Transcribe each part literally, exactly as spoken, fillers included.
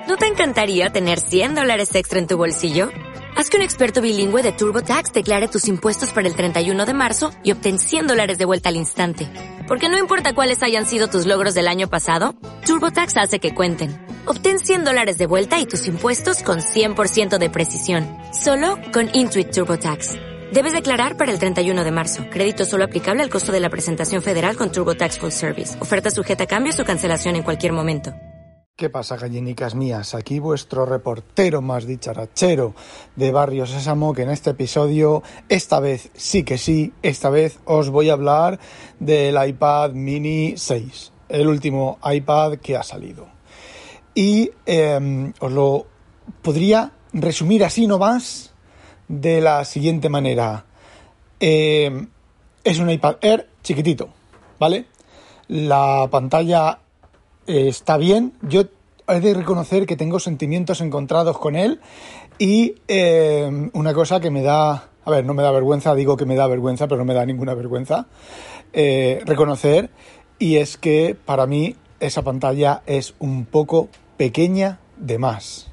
¿No te encantaría tener cien dólares extra en tu bolsillo? Haz que un experto bilingüe de TurboTax declare tus impuestos para el treinta y uno de marzo y obtén cien dólares de vuelta al instante. Porque no importa cuáles hayan sido tus logros del año pasado, TurboTax hace que cuenten. Obtén cien dólares de vuelta y tus impuestos con cien por ciento de precisión. Solo con Intuit TurboTax. Debes declarar para el treinta y uno de marzo. Crédito solo aplicable al costo de la presentación federal con TurboTax Full Service. Oferta sujeta a cambios o cancelación en cualquier momento. ¿Qué pasa, gallinicas mías? Aquí vuestro reportero más dicharachero de Barrio Sésamo, que en este episodio, esta vez sí que sí, esta vez os voy a hablar del iPad mini seis, el último iPad que ha salido. Y eh, os lo podría resumir así nomás de la siguiente manera. Eh, es un iPad Air chiquitito, ¿vale? La pantalla está bien. Yo he de reconocer que tengo sentimientos encontrados con él y eh, una cosa que me da, a ver, no me da vergüenza, digo que me da vergüenza, pero no me da ninguna vergüenza eh, reconocer, y es que para mí esa pantalla es un poco pequeña de más.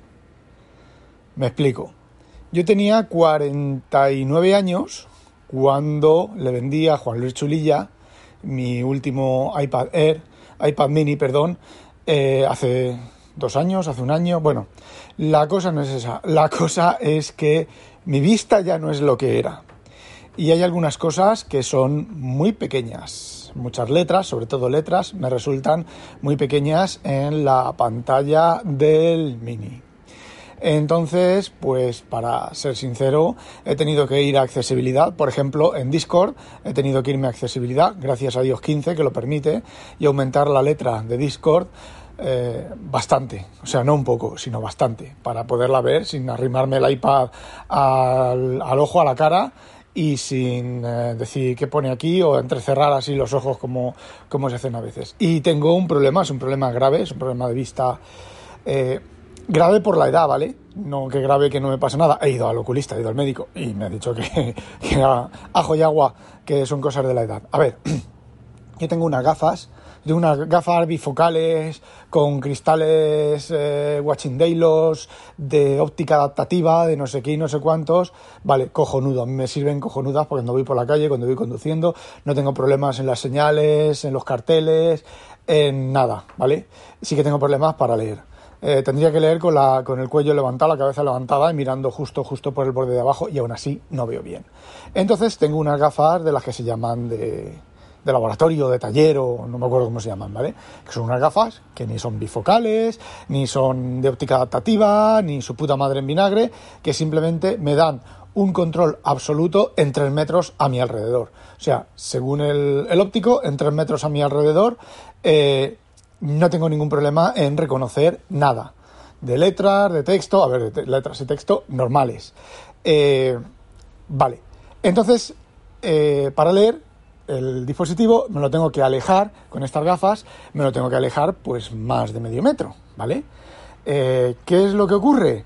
Me explico. Yo tenía cuarenta y nueve años cuando le vendí a Juan Luis Chulilla mi último iPad Air, iPad mini, perdón, eh, hace dos años, hace un año. Bueno, la cosa no es esa. La cosa es que mi vista ya no es lo que era. Y hay algunas cosas que son muy pequeñas. Muchas letras, sobre todo letras, me resultan muy pequeñas en la pantalla del mini. Entonces, pues para ser sincero, he tenido que ir a accesibilidad. Por ejemplo, en Discord he tenido que irme a accesibilidad, gracias a iOS quince, que lo permite, y aumentar la letra de Discord eh, bastante. O sea, no un poco, sino bastante, para poderla ver sin arrimarme el iPad al, al ojo, a la cara, y sin eh, decir qué pone aquí o entrecerrar así los ojos como, como se hacen a veces. Y tengo un problema, es un problema grave, es un problema de vista eh, grave por la edad, ¿vale? No que grave que no me pasa nada. He ido al oculista, he ido al médico y me ha dicho que, que a, ajo y agua, que son cosas de la edad. A ver, yo tengo unas gafas, de unas gafas bifocales con cristales eh, Watching Daylos, de óptica adaptativa, de no sé qué y no sé cuántos. Vale, cojonudo, a mí me sirven cojonudas porque cuando voy por la calle, cuando voy conduciendo, no tengo problemas en las señales, en los carteles, en nada, ¿vale? Sí que tengo problemas para leer. Eh, tendría que leer con, la, con el cuello levantado, la cabeza levantada y mirando justo, justo por el borde de abajo, y aún así no veo bien. Entonces tengo unas gafas de las que se llaman de, de laboratorio, de taller, o no me acuerdo cómo se llaman, ¿vale? Que son unas gafas que ni son bifocales, ni son de óptica adaptativa, ni su puta madre en vinagre, que simplemente me dan un control absoluto en tres metros a mi alrededor. O sea, según el, el óptico, en tres metros a mi alrededor, eh, no tengo ningún problema en reconocer nada. De letras, de texto, a ver, de te- letras y texto normales. Eh, vale. Entonces, eh, para leer el dispositivo me lo tengo que alejar, con estas gafas, me lo tengo que alejar pues más de medio metro, ¿vale? Eh, ¿qué es lo que ocurre?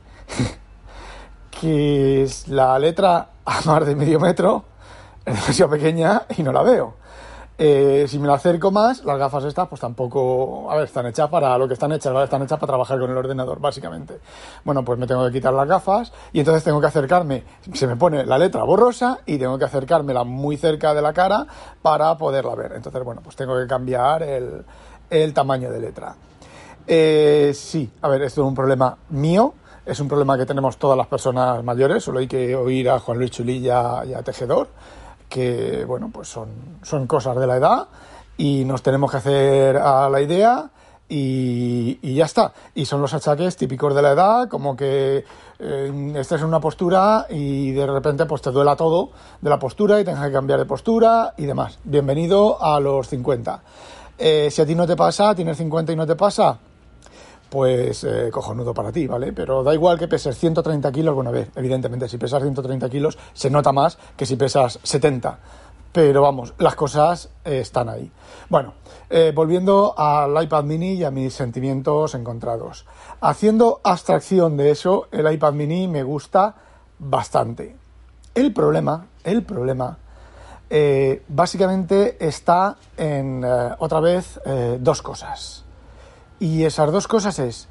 Que es la letra a más de medio metro es demasiado pequeña y no la veo. Eh, si me la acerco más, las gafas estas pues tampoco, a ver, están hechas para lo que están hechas, ¿vale? Están hechas para trabajar con el ordenador, básicamente. Bueno, pues me tengo que quitar las gafas y entonces tengo que acercarme, se me pone la letra borrosa y tengo que acercármela muy cerca de la cara para poderla ver. Entonces, bueno, pues tengo que cambiar el, el tamaño de letra. Eh, sí, a ver, esto es un problema mío. Es un problema que tenemos todas las personas mayores, solo hay que oír a Juan Luis Chulilla y a Tejedor, que, bueno, pues son, son cosas de la edad y nos tenemos que hacer a la idea y, y ya está. Y son los achaques típicos de la edad, como que eh, estés en una postura y de repente pues te duela todo de la postura y tengas que cambiar de postura y demás. Bienvenido a los cincuenta. Eh, si a ti no te pasa, tienes cincuenta y no te pasa, pues eh, cojonudo para ti, ¿vale? Pero da igual que peses ciento treinta kilos, bueno, a ver, evidentemente si pesas ciento treinta kilos se nota más que si pesas setenta, pero vamos, las cosas eh, están ahí. Bueno, eh, volviendo al iPad mini y a mis sentimientos encontrados. Haciendo abstracción de eso, el iPad mini me gusta bastante. El problema, el problema, eh, básicamente está en, eh, otra vez, eh, dos cosas. Y esas dos cosas es,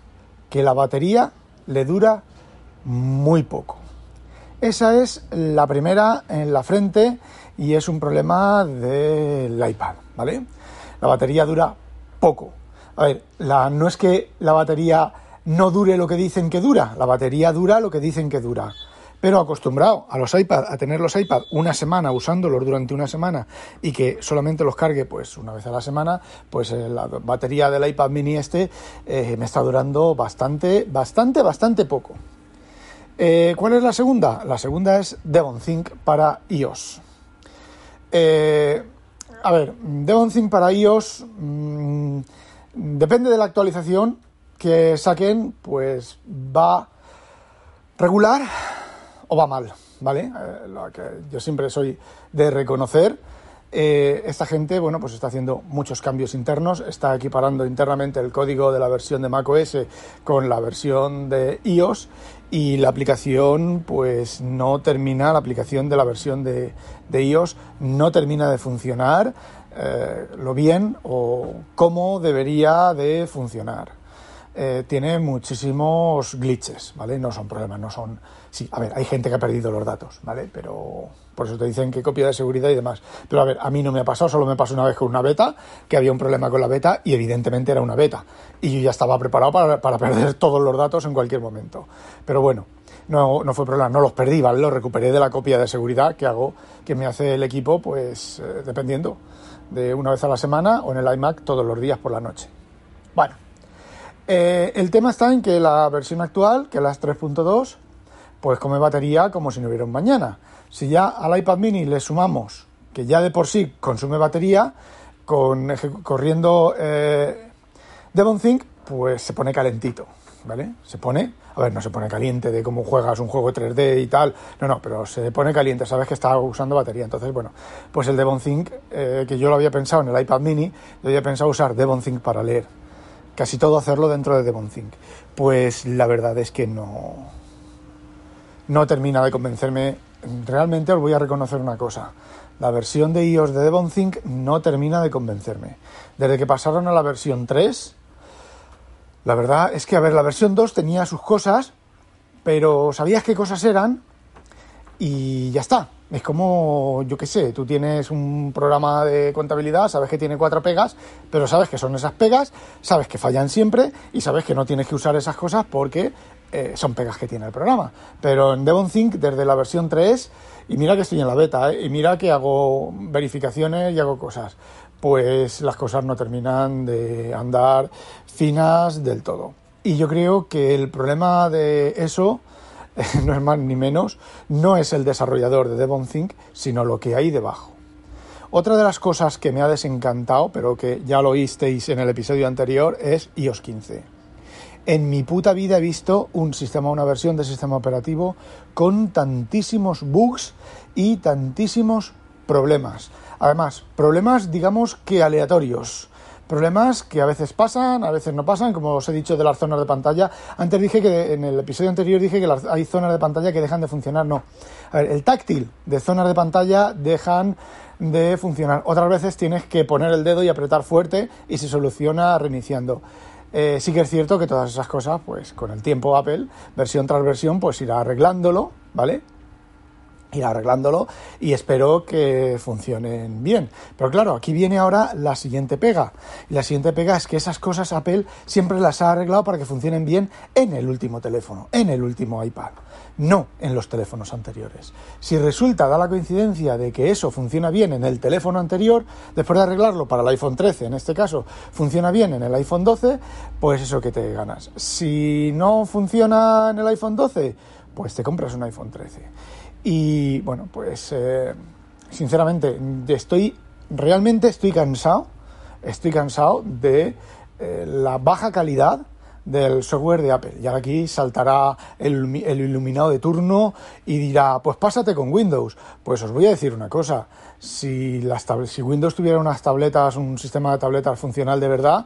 que la batería le dura muy poco. Esa es la primera en la frente y es un problema del iPad, ¿vale? La batería dura poco. A ver, la, no es que la batería no dure lo que dicen que dura, la batería dura lo que dicen que dura. Pero acostumbrado a los iPad, a tener los iPad una semana, usándolos durante una semana y que solamente los cargue pues una vez a la semana, pues eh, la batería del iPad mini este eh, me está durando bastante, bastante, bastante poco. Eh, ¿Cuál es la segunda? La segunda es DevonThink para iOS. Eh, a ver, DevonThink para iOS mmm, depende de la actualización que saquen, pues va regular o va mal, ¿vale? Eh, lo que yo siempre soy de reconocer. Eh, esta gente, bueno, pues está haciendo muchos cambios internos, está equiparando internamente el código de la versión de macOS con la versión de iOS y la aplicación, pues no termina, la aplicación de la versión de, de iOS no termina de funcionar eh, lo bien o como debería de funcionar. Eh, tiene muchísimos glitches, ¿vale? No son problemas, no son... Sí, a ver, hay gente que ha perdido los datos, ¿vale? Pero por eso te dicen que copia de seguridad y demás. Pero a ver, a mí no me ha pasado, solo me pasó una vez con una beta, que había un problema con la beta y evidentemente era una beta. Y yo ya estaba preparado para, para perder todos los datos en cualquier momento. Pero bueno, no, no fue problema, no los perdí, ¿vale? Los recuperé de la copia de seguridad que hago, que me hace el equipo, pues eh, dependiendo, de una vez a la semana o en el iMac todos los días por la noche. Bueno. Eh, el tema está en que la versión actual, que la es tres punto dos, pues come batería como si no hubiera un mañana. Si ya al iPad mini le sumamos que ya de por sí consume batería, con corriendo eh, DevonThink, pues se pone calentito, ¿vale? Se pone, a ver, no se pone caliente de cómo juegas un juego tres D y tal, no, no, pero se pone caliente, sabes que está usando batería. Entonces, bueno, pues el DevonThink, eh, que yo lo había pensado en el iPad mini, yo había pensado usar DevonThink para leer. Casi todo hacerlo dentro de DevonThink. Pues la verdad es que no, no termina de convencerme. Realmente os voy a reconocer una cosa. La versión de iOS de DevonThink no termina de convencerme. Desde que pasaron a la versión tres, la verdad es que, a ver, la versión dos tenía sus cosas, pero sabías qué cosas eran y ya está. Es como, yo qué sé, tú tienes un programa de contabilidad, sabes que tiene cuatro pegas, pero sabes que son esas pegas, sabes que fallan siempre y sabes que no tienes que usar esas cosas porque eh, son pegas que tiene el programa. Pero en DevonThink, desde la versión tres, y mira que estoy en la beta, ¿eh? Y mira que hago verificaciones y hago cosas, pues las cosas no terminan de andar finas del todo. Y yo creo que el problema de eso... no es más ni menos, no es el desarrollador de DevonThink, sino lo que hay debajo. Otra de las cosas que me ha desencantado, pero que ya lo oísteis en el episodio anterior, es iOS quince. En mi puta vida he visto un sistema, una versión de sistema operativo con tantísimos bugs y tantísimos problemas. Además, problemas, digamos que aleatorios. Problemas que a veces pasan, a veces no pasan, como os he dicho de las zonas de pantalla. Antes dije que, en el episodio anterior dije que las, hay zonas de pantalla que dejan de funcionar. No. A ver, el táctil de zonas de pantalla dejan de funcionar. Otras veces tienes que poner el dedo y apretar fuerte y se soluciona reiniciando. Eh, sí que es cierto que todas esas cosas, pues con el tiempo Apple, versión tras versión, pues irá arreglándolo, ¿vale? Ir arreglándolo y espero que funcionen bien. Pero claro, aquí viene ahora la siguiente pega. Y la siguiente pega es que esas cosas Apple siempre las ha arreglado para que funcionen bien en el último teléfono, en el último iPad, no en los teléfonos anteriores. Si resulta, da la coincidencia de que eso funciona bien en el teléfono anterior, después de arreglarlo para el iPhone trece, en este caso, funciona bien en el iPhone doce, pues eso que te ganas. Si no funciona en el iPhone doce, pues te compras un iPhone trece. Y bueno, pues eh, sinceramente estoy realmente estoy cansado, estoy cansado de eh, la baja calidad del software de Apple. Y ahora aquí saltará el, el iluminado de turno y dirá, pues pásate con Windows. Pues os voy a decir una cosa, si, las tab- si Windows tuviera unas tabletas, un sistema de tabletas funcional de verdad,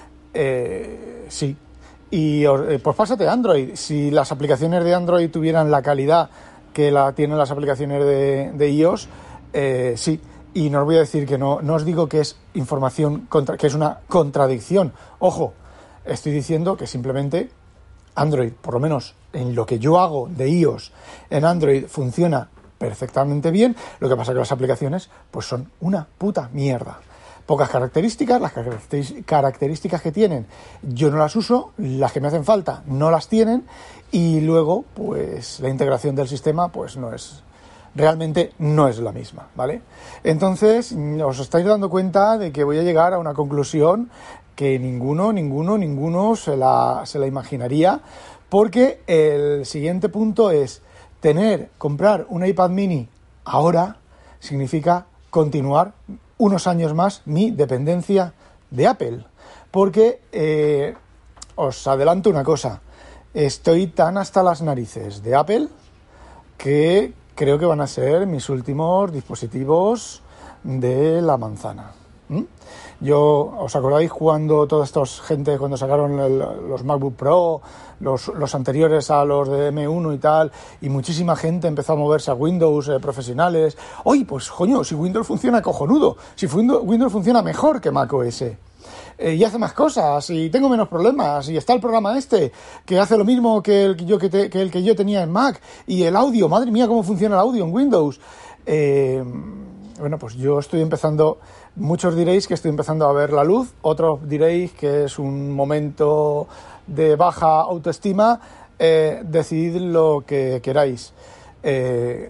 eh, sí. Y eh, pues pásate a Android. Si las aplicaciones de Android tuvieran la calidad que la tienen las aplicaciones de, de iOS, eh, sí, y no os voy a decir que no, no os digo que es información, contra, que es una contradicción, ojo, estoy diciendo que simplemente Android, por lo menos en lo que yo hago de iOS en Android, funciona perfectamente bien. Lo que pasa es que las aplicaciones pues son una puta mierda. Pocas características, las características que tienen yo no las uso, las que me hacen falta no las tienen, y luego pues la integración del sistema pues no es, realmente no es la misma, ¿vale? Entonces os estáis dando cuenta de que voy a llegar a una conclusión que ninguno, ninguno, ninguno se la, se la imaginaría, porque el siguiente punto es tener, comprar un iPad mini ahora significa continuar unos años más mi dependencia de Apple, porque eh, os adelanto una cosa, estoy tan hasta las narices de Apple que creo que van a ser mis últimos dispositivos de la manzana. ¿Mm? Yo, ¿os acordáis cuando toda esta gente, cuando sacaron el, los MacBook Pro, los, los anteriores a los de eme uno y tal, y muchísima gente empezó a moverse a Windows eh, profesionales? Oye, pues coño, si Windows funciona cojonudo, si Windows, Windows funciona mejor que macOS, eh, y hace más cosas, y tengo menos problemas, y está el programa este, que hace lo mismo que el que yo, que te, que el que yo tenía en Mac, y el audio, madre mía, cómo funciona el audio en Windows. Eh, bueno, pues yo estoy empezando... Muchos diréis que estoy empezando a ver la luz, otros diréis que es un momento de baja autoestima, eh, decidid lo que queráis. Eh,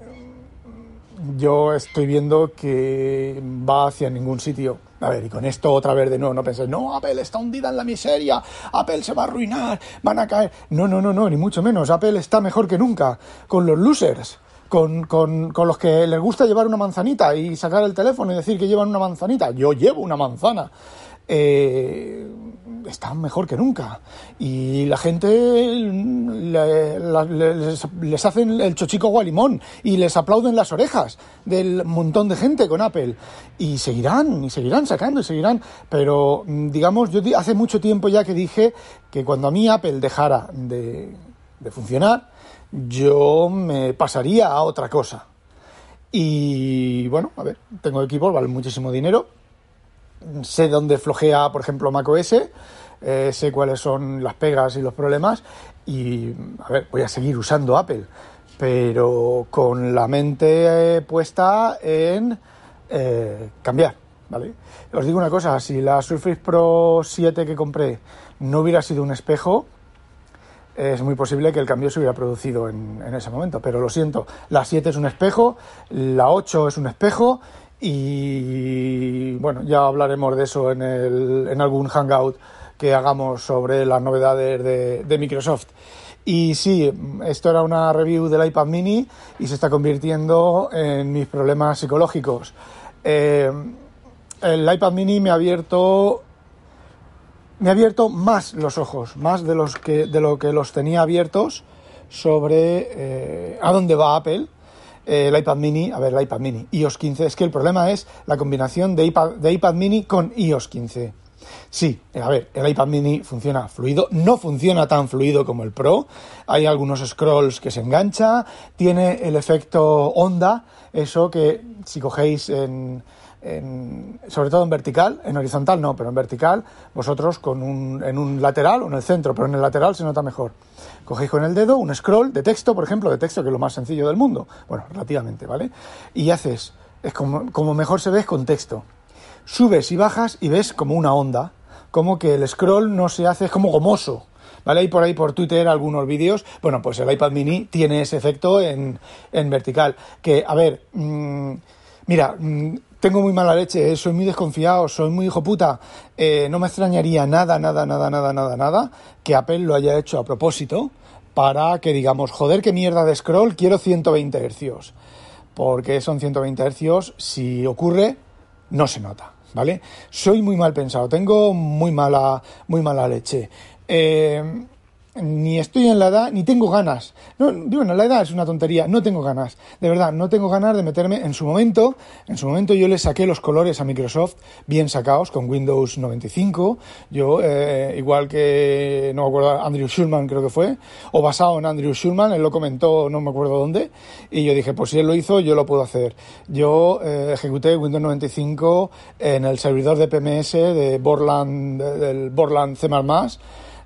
yo estoy viendo que va hacia ningún sitio. A ver, y con esto otra vez de nuevo, no penséis, no, Apple está hundida en la miseria, Apple se va a arruinar, van a caer. No, no, no, no, ni mucho menos. Apple está mejor que nunca, con los losers. Con, con, con los que les gusta llevar una manzanita y sacar el teléfono y decir que llevan una manzanita. Yo llevo una manzana. Eh, están mejor que nunca. Y la gente le, la, les, les hacen el chochico gualimón y les aplauden las orejas del montón de gente con Apple. Y seguirán, y seguirán sacando, y seguirán. Pero, digamos, yo hace mucho tiempo ya que dije que cuando a mí Apple dejara de, de funcionar, yo me pasaría a otra cosa. Y bueno, a ver, tengo equipos, valen muchísimo dinero, sé dónde flojea, por ejemplo, macOS, eh, sé cuáles son las pegas y los problemas, y a ver, voy a seguir usando Apple, pero con la mente eh, puesta en eh, cambiar, ¿vale? Os digo una cosa, si la Surface Pro siete que compré no hubiera sido un espejo, es muy posible que el cambio se hubiera producido en, en ese momento, pero lo siento, la siete es un espejo, la ocho es un espejo, y bueno, ya hablaremos de eso en, el, en algún hangout que hagamos sobre las novedades de, de Microsoft. Y sí, esto era una review del iPad mini y se está convirtiendo en mis problemas psicológicos. Eh, el iPad mini me ha abierto... Me ha abierto más los ojos, más de los que de lo que los tenía abiertos sobre eh, a dónde va Apple. Eh, el iPad mini, a ver, el iPad mini, iOS quince, es que el problema es la combinación de iPad, de iPad mini con iOS quince. Sí, a ver, el iPad mini funciona fluido, no funciona tan fluido como el Pro, hay algunos scrolls que se engancha, tiene el efecto onda, eso que si cogéis en... En, sobre todo en vertical, en horizontal no, pero en vertical, vosotros con un, en un lateral o en el centro, pero en el lateral se nota mejor. Cogéis con el dedo un scroll de texto, por ejemplo, de texto, que es lo más sencillo del mundo, bueno, relativamente, ¿vale? Y haces, es como, como mejor se ve con texto. Subes y bajas y ves como una onda, como que el scroll no se hace, es como gomoso, ¿vale? Hay por ahí por Twitter algunos vídeos, bueno, pues el iPad mini tiene ese efecto en, en vertical, que, a ver, mmm, mira, mmm, tengo muy mala leche, soy muy desconfiado, soy muy hijo puta. Eh, no me extrañaría nada, nada, nada, nada, nada, nada que Apple lo haya hecho a propósito para que digamos, joder, qué mierda de scroll, quiero ciento veinte hercios. Porque son ciento veinte hercios, si ocurre, no se nota, ¿vale? Soy muy mal pensado, tengo muy mala, muy mala leche. Eh... Ni estoy en la edad, ni tengo ganas. No, digo, no, la edad es una tontería, no tengo ganas. De verdad, no tengo ganas de meterme en su momento. En su momento yo le saqué los colores a Microsoft bien sacados con Windows noventa y cinco. Yo, eh, igual que, no me acuerdo, Andrew Schulman creo que fue, o basado en Andrew Schulman, él lo comentó, no me acuerdo dónde, y yo dije, pues si él lo hizo, yo lo puedo hacer. Yo eh, ejecuté Windows noventa y cinco en el servidor de P M S de Borland, del Borland C más más,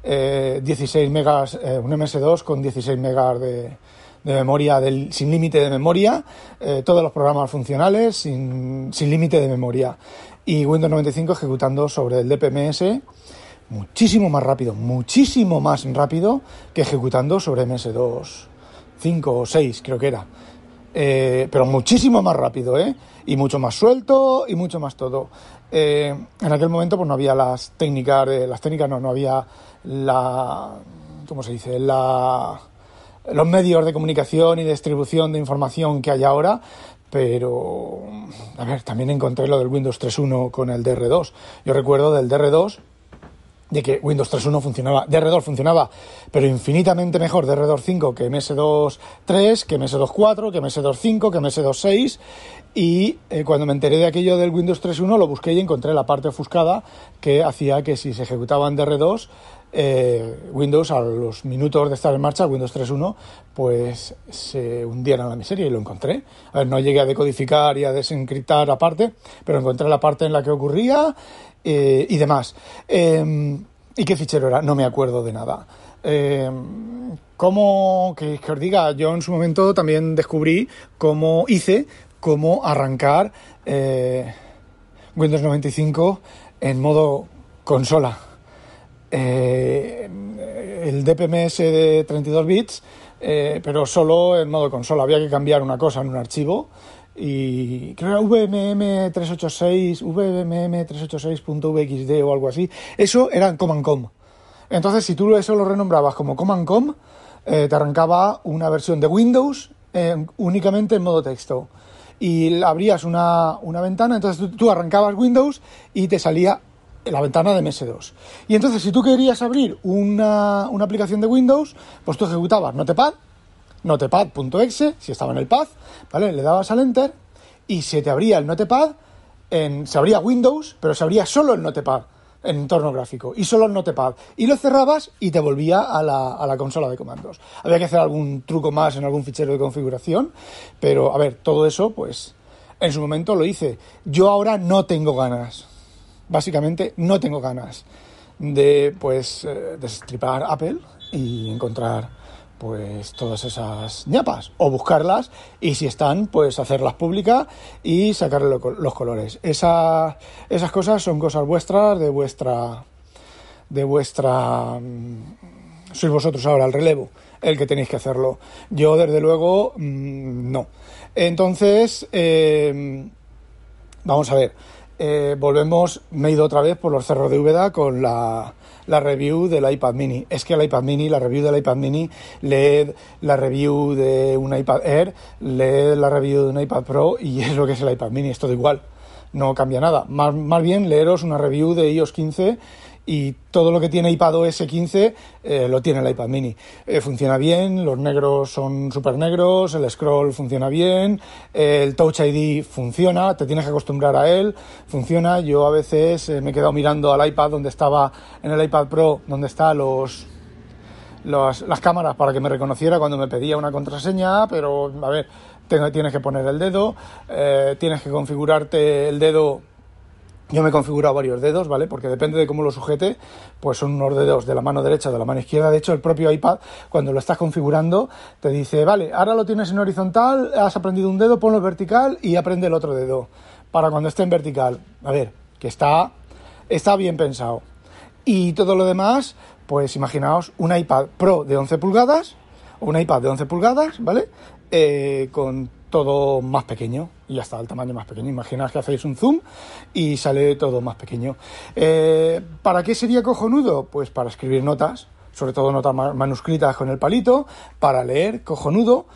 eh, dieciséis megas, eh, un eme ese dos con dieciséis megas de, de memoria, del, sin límite de memoria, eh, todos los programas funcionales sin, sin límite de memoria, y Windows noventa y cinco ejecutando sobre el D P M S muchísimo más rápido, muchísimo más rápido que ejecutando sobre eme ese dos, cinco o seis creo que era, eh, pero muchísimo más rápido, ¿eh? Y mucho más suelto y mucho más todo. Eh, en aquel momento pues no había las técnicas, de, las técnicas no, no había la, ¿cómo se dice? La, los medios de comunicación y de distribución de información que hay ahora, pero, a ver, también encontré lo del Windows tres punto uno con el D R dos. Yo recuerdo del D R dos, de que Windows tres punto uno funcionaba, D R dos funcionaba, pero infinitamente mejor D R dos cinco que eme ese dos tres, que eme ese dos cuatro, que eme ese dos cinco, que eme ese dos seis, y eh, cuando me enteré de aquello del Windows tres punto uno lo busqué y encontré la parte ofuscada que hacía que si se ejecutaba en D R dos, eh, Windows a los minutos de estar en marcha, Windows tres punto uno, pues se hundiera en la miseria, y lo encontré. A ver, no llegué a decodificar y a desencriptar aparte, pero encontré la parte en la que ocurría, Eh, y demás. Eh, ¿Y qué fichero era? No me acuerdo de nada. Eh, ¿Cómo, que, que os diga? Yo en su momento también descubrí cómo hice, cómo arrancar eh, Windows noventa y cinco en modo consola. Eh, el D P M S de treinta y dos bits, eh, pero solo en modo consola. Había que cambiar una cosa en un archivo, y creo que era V M M trescientos ochenta y seis, V M M trescientos ochenta y seis punto V X D o algo así. Eso era en Command Com. Entonces, si tú eso lo renombrabas como Command Com, eh, te arrancaba una versión de Windows eh, únicamente en modo texto. Y abrías una, una ventana, entonces tú, tú arrancabas Windows y te salía la ventana de eme ese dos. Y entonces, si tú querías abrir una, una aplicación de Windows, pues tú ejecutabas Notepad, notepad.exe, si estaba en el path, ¿vale? Le dabas al enter y se te abría el Notepad, en, se abría Windows, pero se abría solo el Notepad en entorno gráfico, y solo el Notepad, y lo cerrabas y te volvía a la, a la consola de comandos. Había que hacer algún truco más en algún fichero de configuración, pero a ver, todo eso, pues, en su momento lo hice. Yo ahora no tengo ganas, básicamente no tengo ganas de, pues, eh, destripar Apple y encontrar pues todas esas ñapas, o buscarlas, y si están, pues hacerlas públicas y sacarle lo, los colores. Esa, esas cosas son cosas vuestras, de vuestra de vuestra sois vosotros ahora el relevo el que tenéis que hacerlo. Yo desde luego mmm, no. Entonces eh, vamos a ver, eh, volvemos, me he ido otra vez por los cerros de Úbeda con la la review del iPad mini. Es que el iPad mini, la review del iPad mini, leed la review de un iPad Air, leed la review de un iPad Pro, y es lo que es el iPad mini, es todo igual, no cambia nada. Más, más bien leeros una review de iOS quince, y todo lo que tiene iPadOS quince eh, lo tiene el iPad mini. Eh, funciona bien, los negros son súper negros, el scroll funciona bien, eh, el Touch I D funciona, te tienes que acostumbrar a él, funciona. Yo a veces eh, me he quedado mirando al iPad donde estaba, en el iPad Pro, donde están los, los, las cámaras para que me reconociera cuando me pedía una contraseña, pero a ver, te, tienes que poner el dedo, eh, tienes que configurarte el dedo. Yo me he configurado varios dedos, ¿vale? Porque depende de cómo lo sujete, pues son unos dedos de la mano derecha o de la mano izquierda. De hecho, el propio iPad, cuando lo estás configurando, te dice, vale, ahora lo tienes en horizontal, has aprendido un dedo, ponlo en vertical y aprende el otro dedo para cuando esté en vertical. A ver, que está, está bien pensado. Y todo lo demás, pues imaginaos un iPad Pro de once pulgadas, o un iPad de once pulgadas, ¿vale? Eh, con todo más pequeño, y ya está, el tamaño más pequeño. Imaginaos que hacéis un zoom y sale todo más pequeño. Eh, ¿Para qué sería cojonudo? Pues para escribir notas, sobre todo notas manuscritas con el palito, para leer, cojonudo,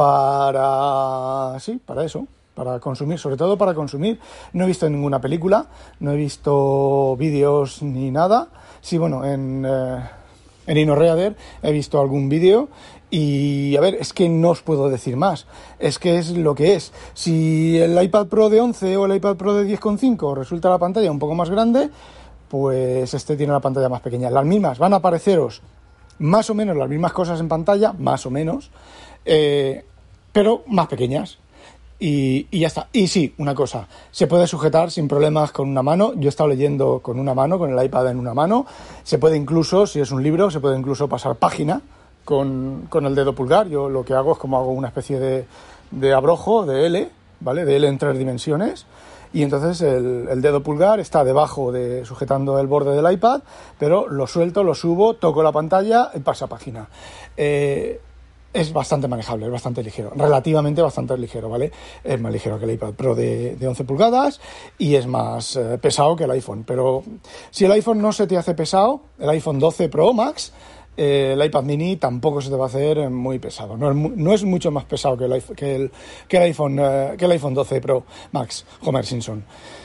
para... sí, para eso, para consumir, sobre todo para consumir. No he visto ninguna película, no he visto vídeos ni nada. Sí, bueno, en, eh, en InnoReader he visto algún vídeo. Y a ver, es que no os puedo decir más, es que es lo que es. Si el iPad Pro de once o el iPad Pro de diez coma cinco resulta la pantalla un poco más grande, pues este tiene la pantalla más pequeña. Las mismas van a apareceros más o menos las mismas cosas en pantalla, más o menos, eh, pero más pequeñas. y, y ya está. Y sí, una cosa, se puede sujetar sin problemas con una mano. Yo he estado leyendo con una mano, con el iPad en una mano. Se puede incluso, si es un libro, se puede incluso pasar página con, con el dedo pulgar. Yo lo que hago es como hago una especie de, de abrojo de L, ¿vale? De L en tres dimensiones. Y entonces el, el dedo pulgar está debajo de sujetando el borde del iPad, pero lo suelto, lo subo, toco la pantalla y pasa página. Eh, es bastante manejable, es bastante ligero, relativamente bastante ligero, ¿vale? Es más ligero que el iPad Pro de, de once pulgadas y es más eh, pesado que el iPhone. Pero si el iPhone no se te hace pesado, el iPhone doce Pro Max, Eh, el iPad mini tampoco se te va a hacer muy pesado. No es, no es mucho más pesado que el, iPhone, que el, que el iPhone, eh, que el iPhone doce Pro Max, Homer Simpson.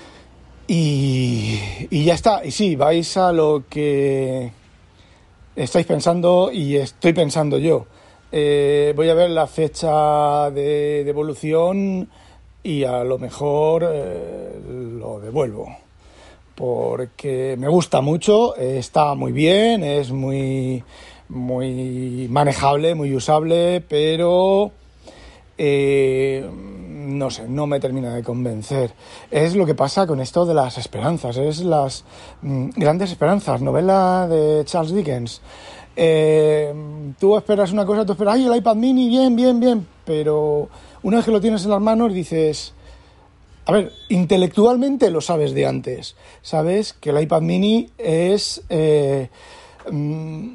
Y, y ya está. Y sí, vais a lo que estáis pensando y estoy pensando yo. Eh, voy a ver la fecha de devolución y a lo mejor eh, lo devuelvo. Porque me gusta mucho, está muy bien, es muy, muy manejable, muy usable, pero eh, no sé, no me termina de convencer. Es lo que pasa con esto de las esperanzas, es las mm, grandes esperanzas, novela de Charles Dickens. Eh, tú esperas una cosa, tú esperas, ay, el iPad mini, bien, bien, bien, pero una vez que lo tienes en las manos dices... A ver, intelectualmente lo sabes de antes. Sabes que el iPad mini es... Eh, mm,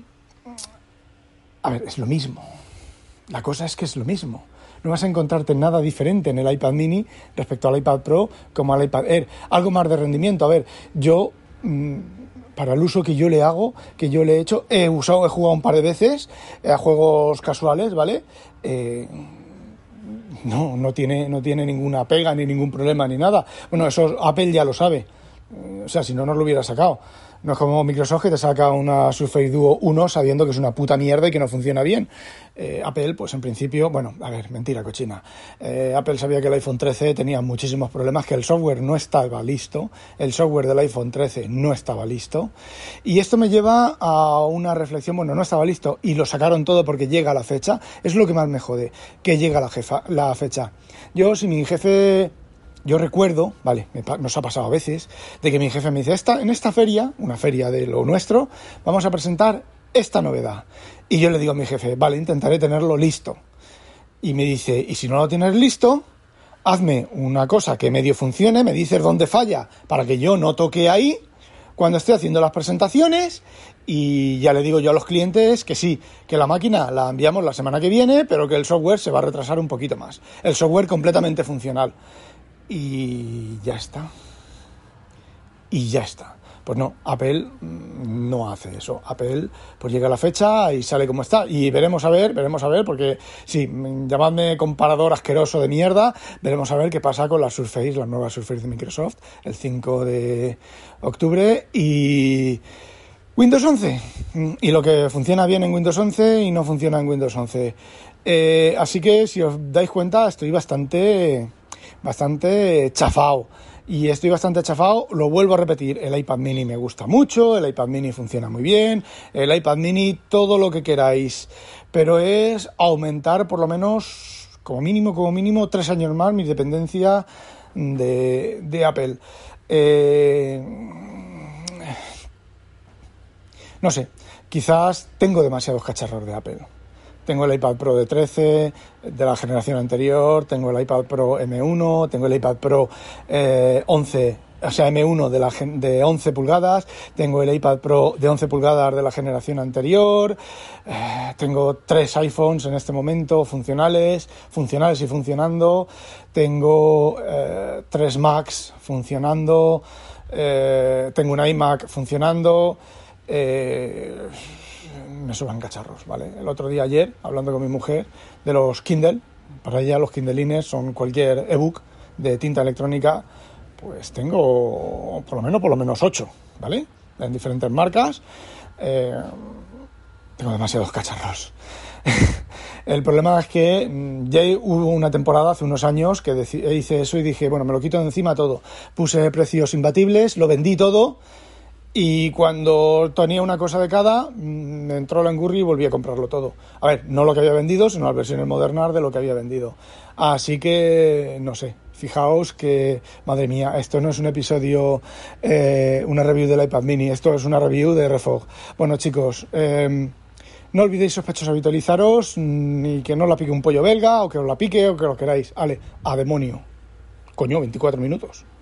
a ver, es lo mismo. La cosa es que es lo mismo. No vas a encontrarte nada diferente en el iPad mini respecto al iPad Pro como al iPad Air. Algo más de rendimiento. A ver, yo... Mm, para el uso que yo le hago, que yo le he hecho, he usado, he jugado un par de veces a juegos casuales, ¿vale? Eh... No, no tiene, no tiene ninguna pega, ni ningún problema, ni nada. Bueno, eso Apple ya lo sabe. O sea, si no, no lo hubiera sacado. No es como Microsoft que te saca una Surface Duo uno sabiendo que es una puta mierda y que no funciona bien. Eh, Apple, pues en principio, bueno, a ver, mentira cochina. Eh, Apple sabía que el iPhone trece tenía muchísimos problemas, que el software no estaba listo. El software del iPhone trece no estaba listo. Y esto me lleva a una reflexión, bueno, no estaba listo y lo sacaron todo porque llega la fecha. Es lo que más me jode, que llega la, jefa, la fecha. Yo, si mi jefe... Yo recuerdo, vale, me, nos ha pasado a veces, de que mi jefe me dice, esta, en esta feria, una feria de lo nuestro, vamos a presentar esta novedad. Y yo le digo a mi jefe, vale, intentaré tenerlo listo. Y me dice, y si no lo tienes listo, hazme una cosa que medio funcione, me dices dónde falla, para que yo no toque ahí cuando esté haciendo las presentaciones, y ya le digo yo a los clientes que sí, que la máquina la enviamos la semana que viene, pero que el software se va a retrasar un poquito más. El software completamente funcional. Y ya está. Y ya está. Pues no, Apple no hace eso. Apple pues llega la fecha y sale como está. Y veremos a ver, veremos a ver, porque sí, llamadme comparador asqueroso de mierda, veremos a ver qué pasa con la Surface, la nueva Surface de Microsoft, el cinco de octubre. Y Windows once. Y lo que funciona bien en Windows once y no funciona en Windows once. Eh, así que, si os dais cuenta, estoy bastante... bastante chafao y estoy bastante chafao, lo vuelvo a repetir, el iPad mini me gusta mucho, el iPad mini funciona muy bien, el iPad mini todo lo que queráis, pero es aumentar por lo menos como mínimo, como mínimo tres años más mi dependencia de, de Apple. Eh, no sé, quizás tengo demasiados cacharros de Apple. Tengo el iPad Pro de trece, de la generación anterior, tengo el iPad Pro eme uno, tengo el iPad Pro eh, once, o sea, eme uno de, la, de once pulgadas, tengo el iPad Pro de once pulgadas de la generación anterior, eh, tengo tres iPhones en este momento funcionales, funcionales y funcionando, tengo eh, tres Macs funcionando, eh, tengo un iMac funcionando, eh, me sobran cacharros, ¿vale? El otro día, ayer, hablando con mi mujer de los Kindle, para ella los Kindleines son cualquier ebook de tinta electrónica, pues tengo por lo menos, por lo menos ocho, ¿vale? En diferentes marcas. Eh, tengo demasiados cacharros. El problema es que ya hubo una temporada hace unos años que hice eso y dije, bueno, me lo quito de encima todo. Puse precios imbatibles, lo vendí todo Y cuando tenía una cosa de cada, me entró la engurri y volví a comprarlo todo. A ver, no lo que había vendido, sino las versiones modernas de lo que había vendido. Así que, no sé, fijaos que, madre mía, esto no es un episodio, eh, una review del iPad mini, esto es una review de R F O G. Bueno, chicos, eh, no olvidéis, sospechosos, habitualizaros, ni que no la pique un pollo belga, o que os la pique, o que lo queráis. Ale, a demonio. Coño, veinticuatro minutos.